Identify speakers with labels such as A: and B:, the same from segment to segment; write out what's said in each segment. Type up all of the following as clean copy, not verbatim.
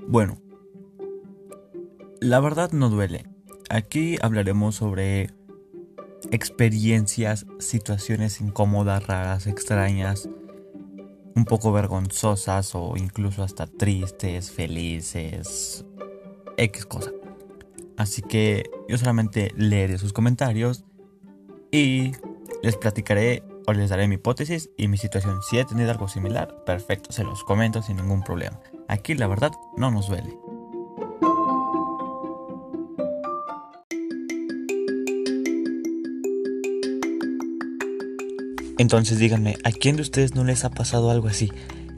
A: Bueno, la verdad no duele. Aquí hablaremos sobre experiencias, situaciones incómodas, raras, extrañas, un poco vergonzosas o incluso hasta tristes, felices, X cosa. Así que yo solamente leeré sus comentarios y les platicaré o les daré mi hipótesis y mi situación. Si he tenido algo similar, perfecto, se los comento sin ningún problema. Aquí la verdad no nos duele. Entonces díganme, ¿a quién de ustedes no les ha pasado algo así?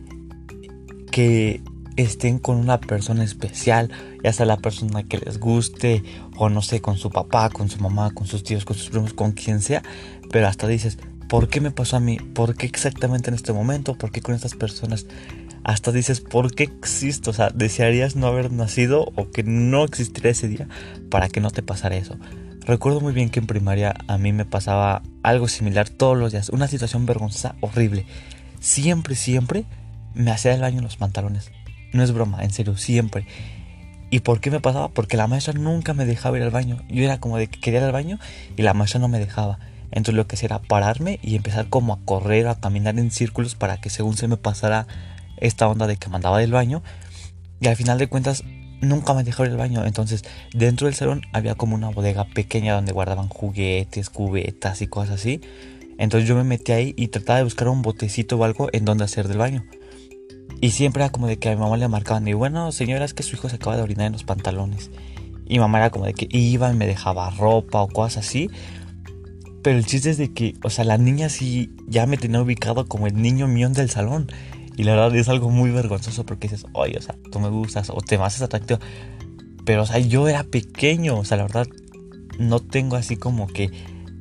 A: Que estén con una persona especial, ya sea la persona que les guste, o no sé, con su papá, con su mamá, con sus tíos, con sus primos, con quien sea, pero hasta dices, ¿por qué me pasó a mí? ¿Por qué exactamente en este momento? ¿Por qué con estas personas? Hasta dices, ¿por qué existo? O sea, desearías no haber nacido o que no existiera ese día para que no te pasara eso. Recuerdo muy bien que en primaria a mí me pasaba algo similar todos los días, una situación vergonzosa horrible. Siempre me hacía el baño en los pantalones. No es broma, en serio, siempre. ¿Y por qué me pasaba? Porque la maestra nunca me dejaba ir al baño. Yo era como de que quería ir al baño y la maestra no me dejaba. Entonces lo que hacía era pararme y empezar como a correr o a caminar en círculos para que según se me pasara esta onda de que me andaba del baño. Y al final de cuentas nunca me dejaba ir al baño. Entonces dentro del salón había como una bodega pequeña donde guardaban juguetes, cubetas y cosas así. Entonces yo me metí ahí y trataba de buscar un botecito o algo en donde hacer del baño. Y siempre era como de que a mi mamá le marcaban y bueno, señora, es que su hijo se acaba de orinar en los pantalones. Y mi mamá era como de que iba y me dejaba ropa o cosas así. Pero el chiste es de que, o sea, la niña sí ya me tenía ubicado como el niño mión del salón. Y la verdad es algo muy vergonzoso porque dices, oye, o sea, tú me gustas o te me haces atractivo. Pero, o sea, yo era pequeño, o sea, la verdad no tengo así como que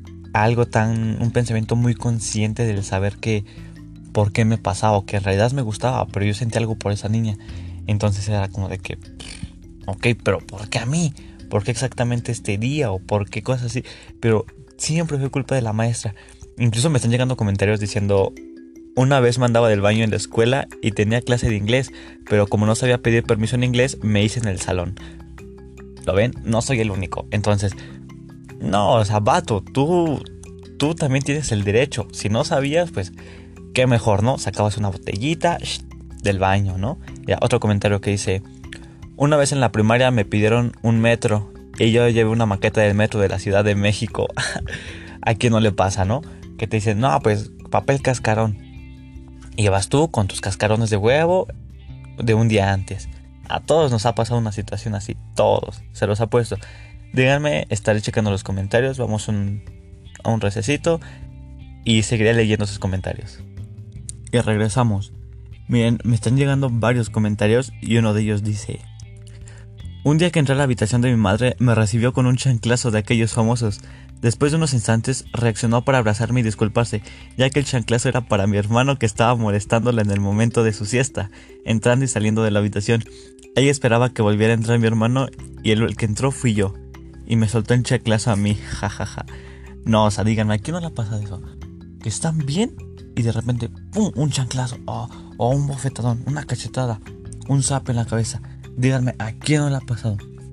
A: un pensamiento muy consciente del saber que por qué me pasaba o que en realidad me gustaba, pero yo sentí algo por esa niña. Entonces era como de que, ok, pero ¿por qué a mí? ¿Por qué exactamente este día? ¿O por qué cosas así? Pero siempre fue culpa de la maestra. Incluso me están llegando comentarios diciendo, una vez me andaba del baño en la escuela y tenía clase de inglés, pero como no sabía pedir permiso en inglés, me hice en el salón. ¿Lo ven? No soy el único. Entonces, no, o sea, vato, tú también tienes el derecho. Si no sabías, pues qué mejor, ¿no? Sacabas una botellita del baño, ¿no? Ya, otro comentario que dice, una vez en la primaria me pidieron un metro y yo llevé una maqueta del metro de la Ciudad de México. ¿A quién no le pasa, no? Que te dicen, no, pues papel cascarón. Y vas tú con tus cascarones de huevo de un día antes. A todos nos ha pasado una situación así, todos, se los ha puesto. Díganme, estaré checando los comentarios, vamos a un recesito y seguiré leyendo sus comentarios. Y regresamos. Miren, me están llegando varios comentarios y uno de ellos dice, un día que entré a la habitación de mi madre me recibió con un chanclazo de aquellos famosos. Después de unos instantes reaccionó para abrazarme y disculparse, ya que el chanclazo era para mi hermano que estaba molestándola en el momento de su siesta, entrando y saliendo de la habitación. Ella esperaba que volviera a entrar mi hermano y el que entró fui yo. Y me soltó el chanclazo a mí, jajaja. No, o sea, díganme, ¿a quién no le ha pasado eso? Que están bien y de repente, ¡pum!, un chanclazo, o un bofetadón, una cachetada, un zape en la cabeza. Díganme, ¿a quién no le ha pasado?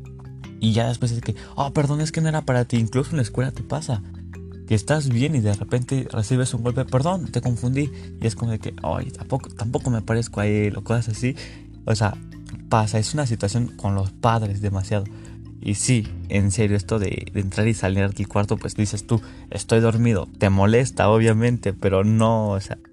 A: Y ya después es que, perdón, es que no era para ti. Incluso en la escuela te pasa que estás bien y de repente recibes un golpe, perdón, te confundí. Y es como de que, ay, tampoco me parezco a él o cosas así. O sea, pasa, es una situación con los padres demasiado. Y sí, en serio, esto de entrar y salir del cuarto, pues dices tú, estoy dormido. Te molesta, obviamente, pero no, o sea.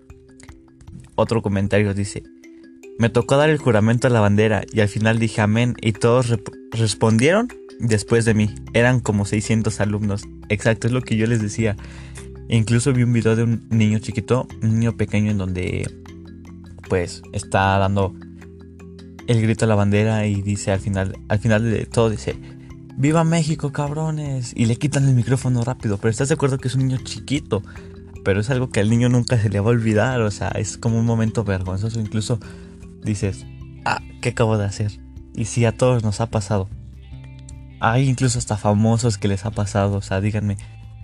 A: Otro comentario dice, me tocó dar el juramento a la bandera y al final dije amén y todos respondieron después de mí. Eran como 600 alumnos. Exacto, es lo que yo les decía. E incluso vi un video de un niño chiquito, un niño pequeño en donde pues está dando el grito a la bandera y dice al final de todo dice, ¡Viva México, cabrones! Y le quitan el micrófono rápido, pero ¿estás de acuerdo que es un niño chiquito? Pero es algo que al niño nunca se le va a olvidar, o sea, es como un momento vergonzoso. Incluso dices, ¿qué acabo de hacer? Y sí, a todos nos ha pasado. Hay incluso hasta famosos que les ha pasado, o sea, díganme,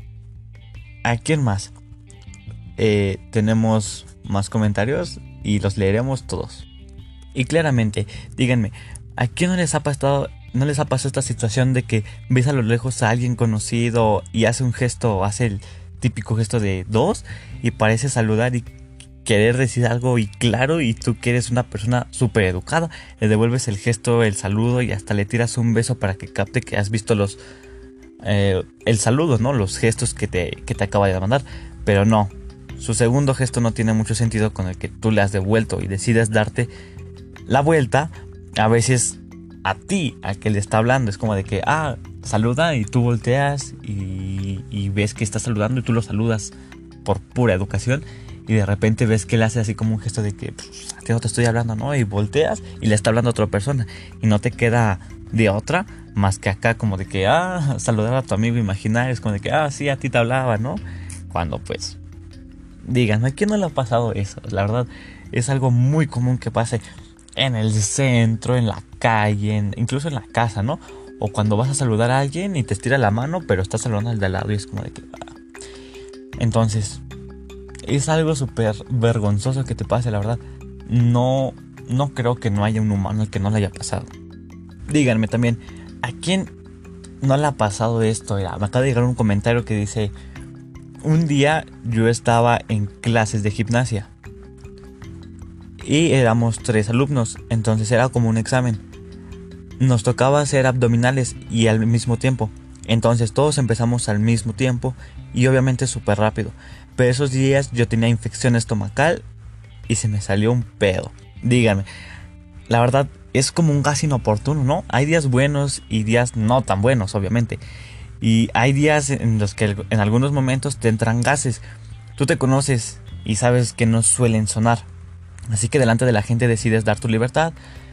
A: ¿a quién más? Tenemos más comentarios y los leeremos todos. Y claramente, díganme, ¿a quién no les ha pasado esta situación de que ves a lo lejos a alguien conocido y hace un gesto, hace el típico gesto de dos y parece saludar y querer decir algo y claro, y tú que eres una persona súper educada, le devuelves el gesto, el saludo y hasta le tiras un beso para que capte que has visto el saludo, ¿no? Los gestos que te acaba de mandar, pero no. Su segundo gesto no tiene mucho sentido con el que tú le has devuelto y decides darte la vuelta, a veces a ti, al que le está hablando. Es como de que, saluda y tú volteas y ves que está saludando y tú lo saludas por pura educación. Y de repente ves que él hace así como un gesto de que a ti no te estoy hablando, ¿no? Y volteas y le está hablando a otra persona. Y no te queda de otra más que acá como de que, saludar a tu amigo imaginario. Es como de que, sí, a ti te hablaba, ¿no? Cuando pues, díganme, ¿a quién no le ha pasado eso? La verdad, es algo muy común que pase en el centro, en la calle, incluso en la casa, ¿no? O cuando vas a saludar a alguien y te estira la mano, pero estás saludando al de al lado y es como de que... Entonces, es algo súper vergonzoso que te pase, la verdad. No creo que no haya un humano al que no le haya pasado. Díganme también, ¿a quién no le ha pasado esto? Me acaba de llegar un comentario que dice: un día yo estaba en clases de gimnasia y éramos 3 alumnos, entonces era como un examen. Nos tocaba hacer abdominales y al mismo tiempo. Entonces todos empezamos al mismo tiempo y obviamente súper rápido. Pero esos días yo tenía infección estomacal y se me salió un pedo. Díganme, la verdad es como un gas inoportuno, ¿no? Hay días buenos y días no tan buenos, obviamente. Y hay días en los que en algunos momentos te entran gases. Tú te conoces y sabes que no suelen sonar. Así que delante de la gente decides dar tu libertad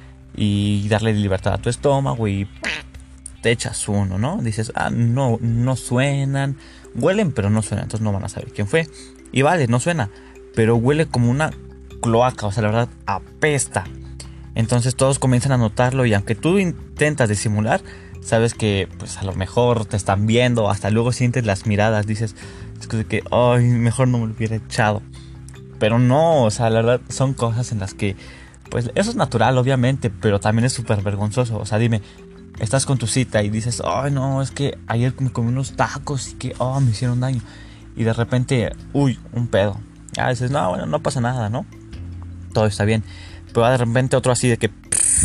A: y darle libertad a tu estómago y te echas uno, ¿no? Dices, no suenan, huelen pero no suenan, entonces no van a saber quién fue. Y vale, no suena, pero huele como una cloaca, o sea, la verdad apesta. Entonces todos comienzan a notarlo y aunque tú intentas disimular, sabes que pues a lo mejor te están viendo, hasta luego sientes las miradas, dices, es que, mejor no me lo hubiera echado. Pero no, o sea, la verdad son cosas en las que, pues eso es natural, obviamente, pero también es súper vergonzoso. O sea, dime, estás con tu cita y dices, no, es que ayer me comí unos tacos y que, me hicieron daño. Y de repente, un pedo. Ya dices, no, bueno, no pasa nada, ¿no? Todo está bien. Pero de repente otro así de que,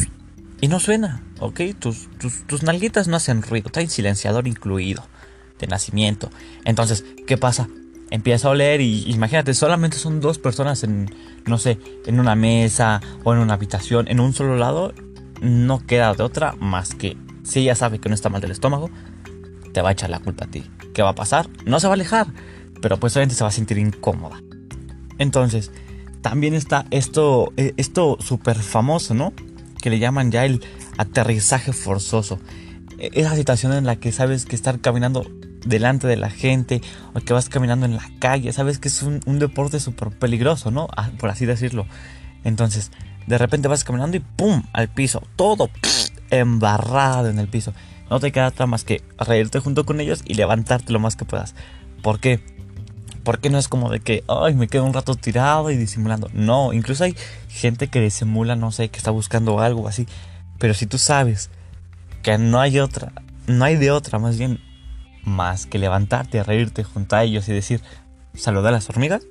A: y no suena, ¿ok? Tus nalguitas no hacen ruido, traen silenciador incluido, de nacimiento. Entonces, ¿qué pasa? Empieza a oler y imagínate, solamente son 2 personas en, no sé, en una mesa o en una habitación, en un solo lado. No queda de otra más que, si ella sabe que no está mal del estómago, te va a echar la culpa a ti. ¿Qué va a pasar? No se va a alejar, pero pues obviamente se va a sentir incómoda. Entonces, también está esto súper famoso, ¿no? Que le llaman ya el aterrizaje forzoso. Esa situación en la que sabes que estar caminando delante de la gente o que vas caminando en la calle, sabes que es un deporte súper peligroso, ¿no? Por así decirlo. Entonces, de repente vas caminando y ¡pum! Al piso, todo embarrado en el piso. No te queda otra más que reírte junto con ellos y levantarte lo más que puedas. ¿Por qué? Porque no es como de que, me quedo un rato tirado y disimulando. No, incluso hay gente que disimula, no sé, que está buscando algo así. Pero si tú sabes que no hay de otra más bien, más que levantarte, reírte junto a ellos y decir, saludar a las hormigas,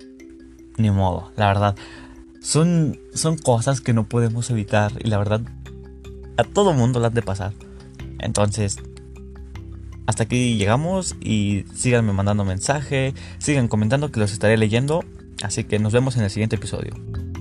A: ni modo, la verdad. Son cosas que no podemos evitar y la verdad a todo mundo las de pasar. Entonces, hasta aquí llegamos y síganme mandando mensaje, sigan comentando que los estaré leyendo. Así que nos vemos en el siguiente episodio.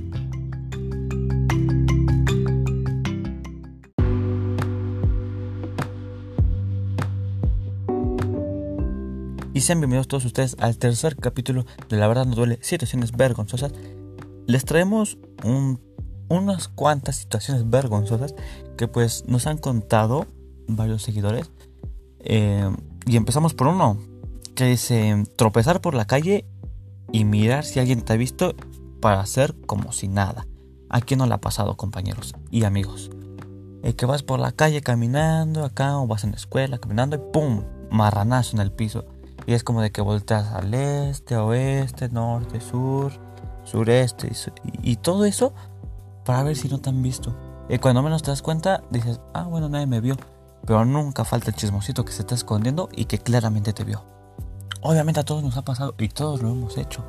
A: Y sean bienvenidos todos ustedes al tercer capítulo de La Verdad No Duele, situaciones vergonzosas. Les traemos unas cuantas situaciones vergonzosas que pues nos han contado varios seguidores. Y empezamos por uno que dice: tropezar por la calle y mirar si alguien te ha visto para hacer como si nada. ¿A quién no le ha pasado, compañeros y amigos? Que vas por la calle caminando acá, o vas en la escuela caminando y ¡pum! Marranazo en el piso. Y es como de que volteas al este, oeste, norte, sur, sureste y todo eso para ver si no te han visto. Y cuando menos te das cuenta, dices, bueno, nadie me vio. Pero nunca falta el chismosito que se está escondiendo y que claramente te vio. Obviamente a todos nos ha pasado y todos lo hemos hecho.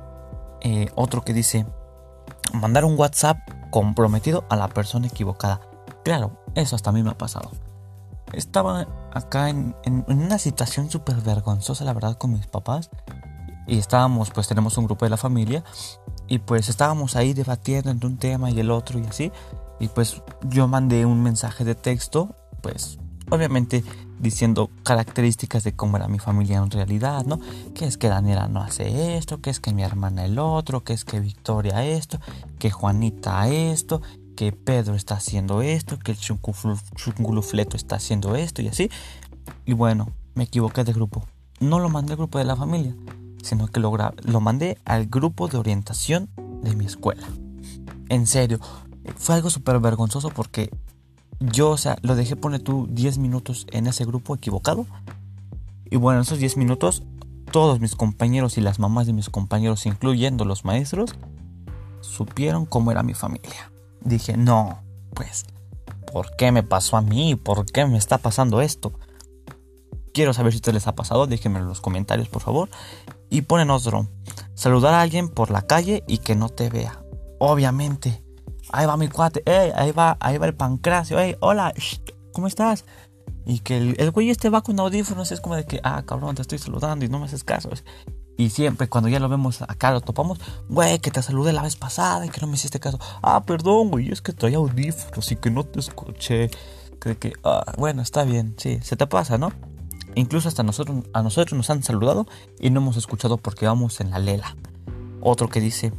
A: Otro que dice, mandar un WhatsApp comprometido a la persona equivocada. Claro, eso hasta a mí me ha pasado. Estaba acá en una situación súper vergonzosa, la verdad, con mis papás. Y estábamos, pues tenemos un grupo de la familia. Y pues estábamos ahí debatiendo entre un tema y el otro y así. Y pues yo mandé un mensaje de texto, pues obviamente diciendo características de cómo era mi familia en realidad, ¿no? Que es que Daniela no hace esto, que es que mi hermana el otro, que es que Victoria esto, que Juanita esto, que Pedro está haciendo esto, que el chungulufleto está haciendo esto y así. Y bueno, me equivoqué de grupo. No lo mandé al grupo de la familia, sino que lo mandé al grupo de orientación de mi escuela. En serio, fue algo súper vergonzoso porque yo, lo dejé poner tú 10 minutos en ese grupo equivocado. Y bueno, esos 10 minutos, todos mis compañeros y las mamás de mis compañeros, incluyendo los maestros, supieron cómo era mi familia. Dije, no, pues, ¿por qué me pasó a mí? ¿Por qué me está pasando esto? Quiero saber si a ustedes les ha pasado, déjenmelo en los comentarios, por favor. Y ponen otro, saludar a alguien por la calle y que no te vea. Obviamente, ahí va mi cuate, ahí va el Pancracio, hola, ¿cómo estás? Y que el güey va con audífonos, es como de que, cabrón, te estoy saludando y no me haces caso. Y siempre cuando ya lo vemos acá, lo topamos, güey, que te saludé la vez pasada y que no me hiciste caso. Perdón, güey, es que traía audífonos y que no te escuché. Bueno, está bien, sí, se te pasa, ¿no? Incluso hasta a nosotros nos han saludado y no hemos escuchado porque vamos en la lela. Otro que dice,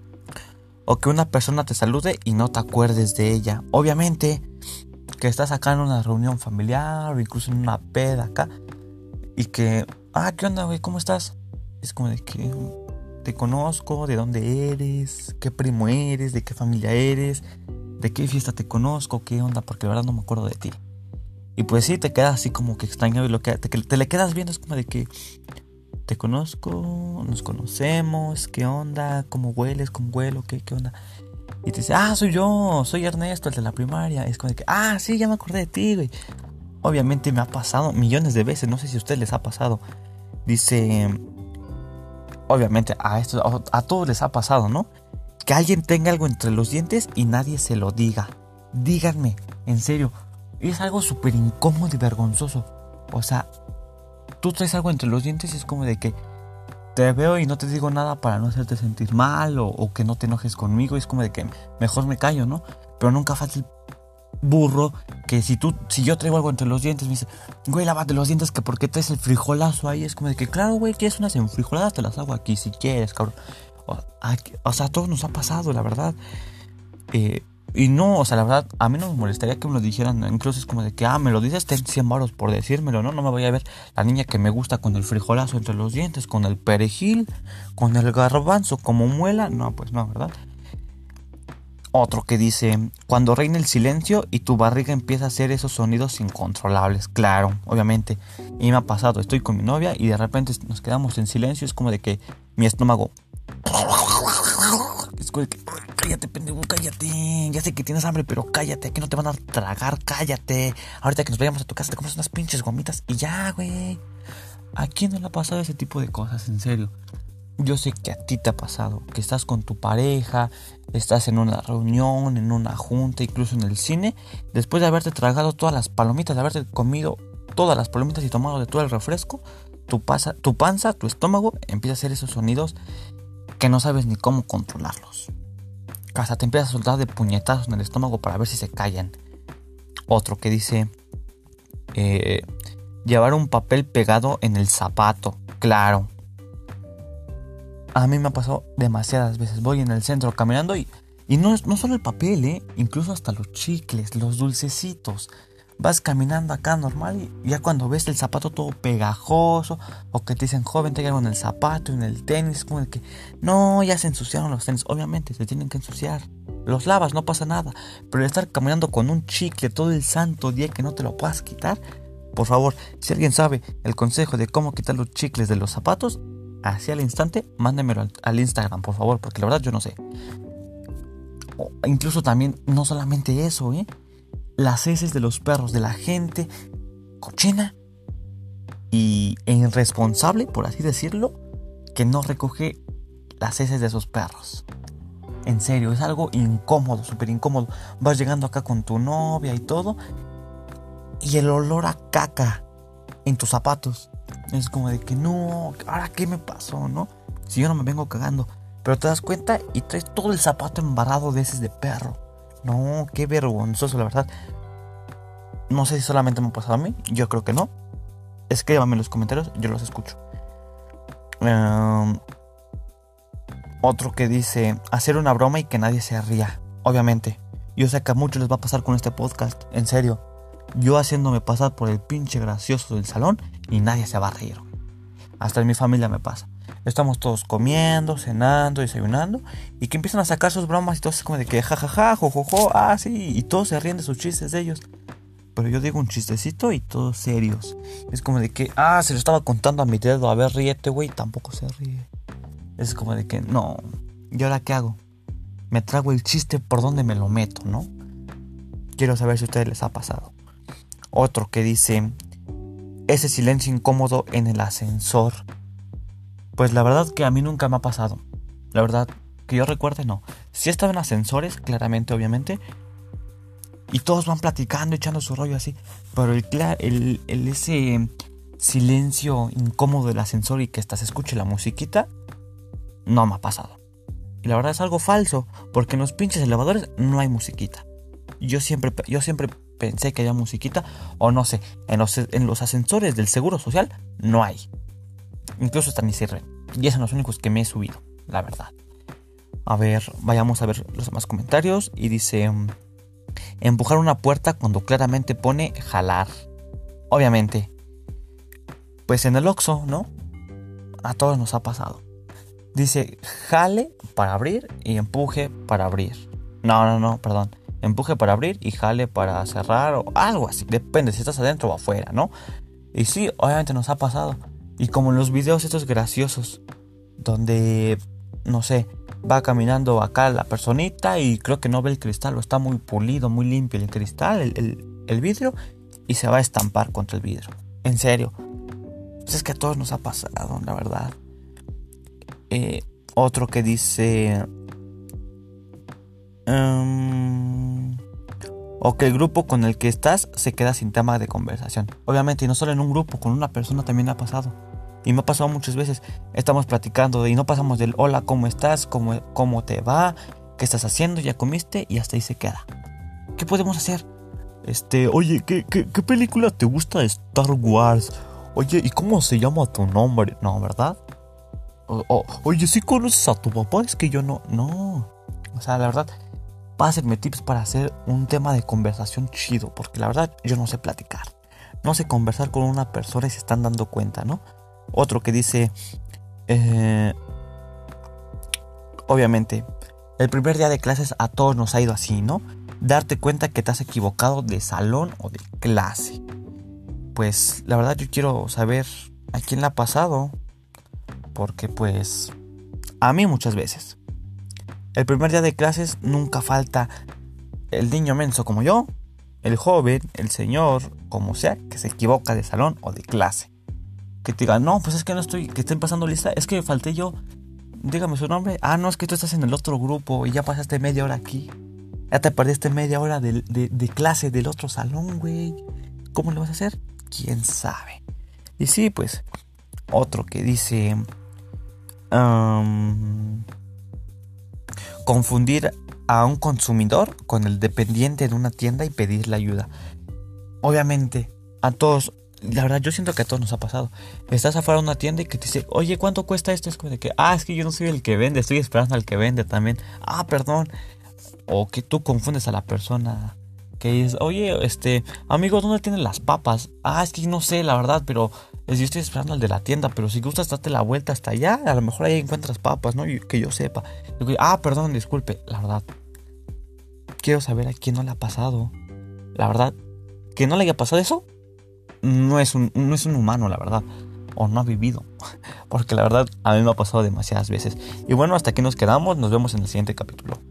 A: o que una persona te salude y no te acuerdes de ella. Obviamente que estás acá en una reunión familiar o incluso en una peda acá y que, ¿qué onda, güey? ¿Cómo estás? Es como de que te conozco, de dónde eres, qué primo eres, de qué familia eres, de qué fiesta te conozco, qué onda, porque la verdad no me acuerdo de ti. Y pues sí, te quedas así como que extrañado y te le quedas viendo, es como de que te conozco, nos conocemos, qué onda, cómo hueles, cómo huelo, qué onda. Y te dice, soy yo, soy Ernesto, el de la primaria. Es como de que, sí, ya me acordé de ti, güey. Obviamente me ha pasado millones de veces, no sé si a ustedes les ha pasado. Dice, obviamente a todos les ha pasado, ¿no? Que alguien tenga algo entre los dientes y nadie se lo diga. Díganme, en serio, es algo súper incómodo y vergonzoso. O sea, tú traes algo entre los dientes y es como de que te veo y no te digo nada para no hacerte sentir mal o que no te enojes conmigo. Es como de que mejor me callo, ¿no? Pero nunca falta el burro que si yo traigo algo entre los dientes me dice, güey, lávate los dientes, que porque traes el frijolazo ahí. Es como de que, claro, güey, ¿quieres unas enfrijoladas? Te las hago aquí si quieres, cabrón. O sea, a todos nos ha pasado, la verdad. Y no, o sea, la verdad, a mí no me molestaría que me lo dijeran. Incluso es como de que, me lo dices, ten 100 varos por decírmelo, ¿no? No me voy a ver la niña que me gusta con el frijolazo entre los dientes, con el perejil, con el garbanzo como muela. No, pues no, ¿verdad? Otro que dice, cuando reina el silencio y tu barriga empieza a hacer esos sonidos incontrolables. Claro, obviamente. Y me ha pasado, estoy con mi novia y de repente nos quedamos en silencio. Es como de que mi estómago... Es como de que, cállate, pendejo, cállate. Ya sé que tienes hambre, pero cállate. Aquí no te van a tragar, cállate. Ahorita que nos vayamos a tu casa te comes unas pinches gomitas y ya, güey. ¿A quién no le ha pasado ese tipo de cosas? En serio. Yo sé que a ti te ha pasado, que estás con tu pareja, estás en una reunión, en una junta, incluso en el cine. Después de haberte tragado todas las palomitas, de haberte comido todas las palomitas y tomado de todo el refresco, tu panza, tu estómago empieza a hacer esos sonidos que no sabes ni cómo controlarlos. Hasta te empiezas a soltar de puñetazos en el estómago para ver si se callan. Otro que dice, llevar un papel pegado en el zapato. Claro. A mí me ha pasado demasiadas veces. Voy en el centro caminando y no solo el papel, incluso hasta los chicles, los dulcecitos. Vas caminando acá normal y ya cuando ves el zapato todo pegajoso, o que te dicen, joven, te hay algo en el zapato, en el tenis, como de que, no, ya se ensuciaron los tenis. Obviamente se tienen que ensuciar. Los lavas, no pasa nada. Pero estar caminando con un chicle todo el santo día que no te lo puedas quitar, por favor, si alguien sabe el consejo de cómo quitar los chicles de los zapatos, así al instante, mándemelo al Instagram, por favor, porque la verdad yo no sé. O incluso también, no solamente eso, las heces de los perros, de la gente cochina e irresponsable, por así decirlo, que no recoge las heces de sus perros. En serio, es algo incómodo, súper incómodo. Vas llegando acá con tu novia y todo, y el olor a caca en tus zapatos. Es como de que no, ¿ahora qué me pasó, no? Si yo no me vengo cagando. Pero te das cuenta y traes todo el zapato embarrado de heces de perro. No, qué vergonzoso, la verdad. No sé si solamente me ha pasado a mí, yo creo que no. Escríbame en los comentarios, yo los escucho. Otro que dice, hacer una broma y que nadie se ría. Obviamente, yo sé que a muchos les va a pasar con este podcast, en serio. Yo haciéndome pasar por el pinche gracioso del salón y nadie se va a reír. Hasta en mi familia me pasa. Estamos todos comiendo, cenando, desayunando, y que empiezan a sacar sus bromas y todo es como de que jajaja, jojojo, ah sí, y todos se ríen de sus chistes de ellos. Pero yo digo un chistecito y todos serios. Es como de que, se lo estaba contando a mi dedo, a ver, ríete, güey, tampoco se ríe. Es como de que, no, ¿y ahora qué hago? Me trago el chiste por donde me lo meto, ¿no? Quiero saber si a ustedes les ha pasado. Otro que dice, ese silencio incómodo en el ascensor. Pues la verdad que a mí nunca me ha pasado. La verdad que yo recuerde, no. Sí he estado en ascensores, claramente, obviamente, y todos van platicando, echando su rollo así. Pero ese silencio incómodo del ascensor y que hasta se escuche la musiquita, no me ha pasado. Y la verdad es algo falso, porque en los pinches elevadores no hay musiquita. Yo siempre pensé que había musiquita, o no sé, en los ascensores del Seguro Social no hay. Incluso hasta ni sirven. Y esos son los únicos que me he subido, la verdad. A ver, vayamos a ver los demás comentarios. Y dice, empujar una puerta cuando claramente pone jalar. Obviamente, pues en el Oxxo, ¿no? A todos nos ha pasado. Dice, jale para abrir y empuje para abrir. No, perdón. Empuje para abrir y jale para cerrar o algo así. Depende si estás adentro o afuera, ¿no? Y sí, obviamente nos ha pasado. Y como en los videos estos graciosos, donde, no sé, va caminando acá la personita y creo que no ve el cristal o está muy pulido, muy limpio el cristal, el vidrio, y se va a estampar contra el vidrio. En serio. Pues es que a todos nos ha pasado, la verdad. Otro que dice, o que el grupo con el que estás se queda sin tema de conversación. Obviamente, y no solo en un grupo, con una persona también ha pasado. Y me ha pasado muchas veces. Estamos platicando y no pasamos del hola, ¿cómo estás? ¿Cómo te va? ¿Qué estás haciendo? ¿Ya comiste? Y hasta ahí se queda. ¿Qué podemos hacer? Oye, ¿qué película te gusta de Star Wars? Oye, ¿y cómo se llama tu nombre? No, ¿verdad? Oye, ¿sí conoces a tu papá? Es que yo no. O sea, la verdad, pásenme tips para hacer un tema de conversación chido. Porque la verdad, yo no sé platicar. No sé conversar con una persona y se están dando cuenta, ¿no? Otro que dice, obviamente, el primer día de clases a todos nos ha ido así, ¿no? Darte cuenta que te has equivocado de salón o de clase. Pues la verdad yo quiero saber a quién le ha pasado. Porque pues a mí muchas veces. El primer día de clases nunca falta el niño menso como yo, el joven, el señor, como sea, que se equivoca de salón o de clase. Que te digan, no, pues es que no estoy, que estén pasando lista, es que falté yo. Dígame su nombre. No, es que tú estás en el otro grupo y ya pasaste media hora aquí. Ya te perdiste media hora de clase del otro salón, güey. ¿Cómo le vas a hacer? ¿Quién sabe? Y sí, pues, otro que dice, confundir a un consumidor con el dependiente de una tienda y pedirle ayuda. Obviamente, a todos, la verdad yo siento que a todos nos ha pasado. Estás afuera de una tienda y que te dice, oye, ¿cuánto cuesta esto? Es como de que, es que yo no soy el que vende, estoy esperando al que vende también. Perdón. O que tú confundes a la persona que es, oye, amigo, ¿dónde tienen las papas? Es que no sé, la verdad, pero yo estoy esperando al de la tienda, pero si gustas date la vuelta hasta allá, a lo mejor ahí encuentras papas, ¿no? Que yo sepa. Digo, perdón, disculpe, la verdad, quiero saber a quién no le ha pasado. La verdad, que no le haya pasado eso, no es un humano, la verdad. O no ha vivido. Porque la verdad, a mí me ha pasado demasiadas veces. Y bueno, hasta aquí nos quedamos. Nos vemos en el siguiente capítulo.